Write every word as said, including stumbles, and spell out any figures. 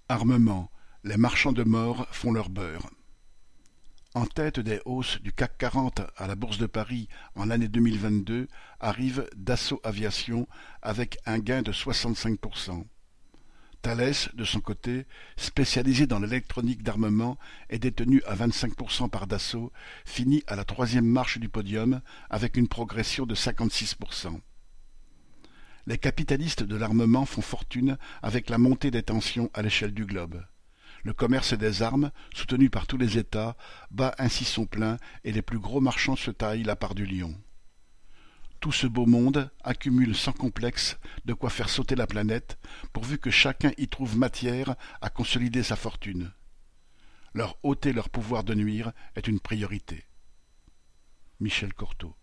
Armement, les marchands de mort font leur beurre. En tête des hausses du C A C quarante à la Bourse de Paris en l'année deux mille vingt-deux arrive Dassault Aviation avec un gain de soixante-cinq pour cent. Thales, de son côté, spécialisé dans l'électronique d'armement et détenu à vingt-cinq pour cent par Dassault, finit à la troisième marche du podium avec une progression de cinquante-six pour cent. Les capitalistes de l'armement font fortune avec la montée des tensions à l'échelle du globe. Le commerce des armes, soutenu par tous les États, bat ainsi son plein et les plus gros marchands se taillent la part du lion. Tout ce beau monde accumule sans complexe de quoi faire sauter la planète, pourvu que chacun y trouve matière à consolider sa fortune. Leur ôter leur pouvoir de nuire est une priorité. Michel Courteau.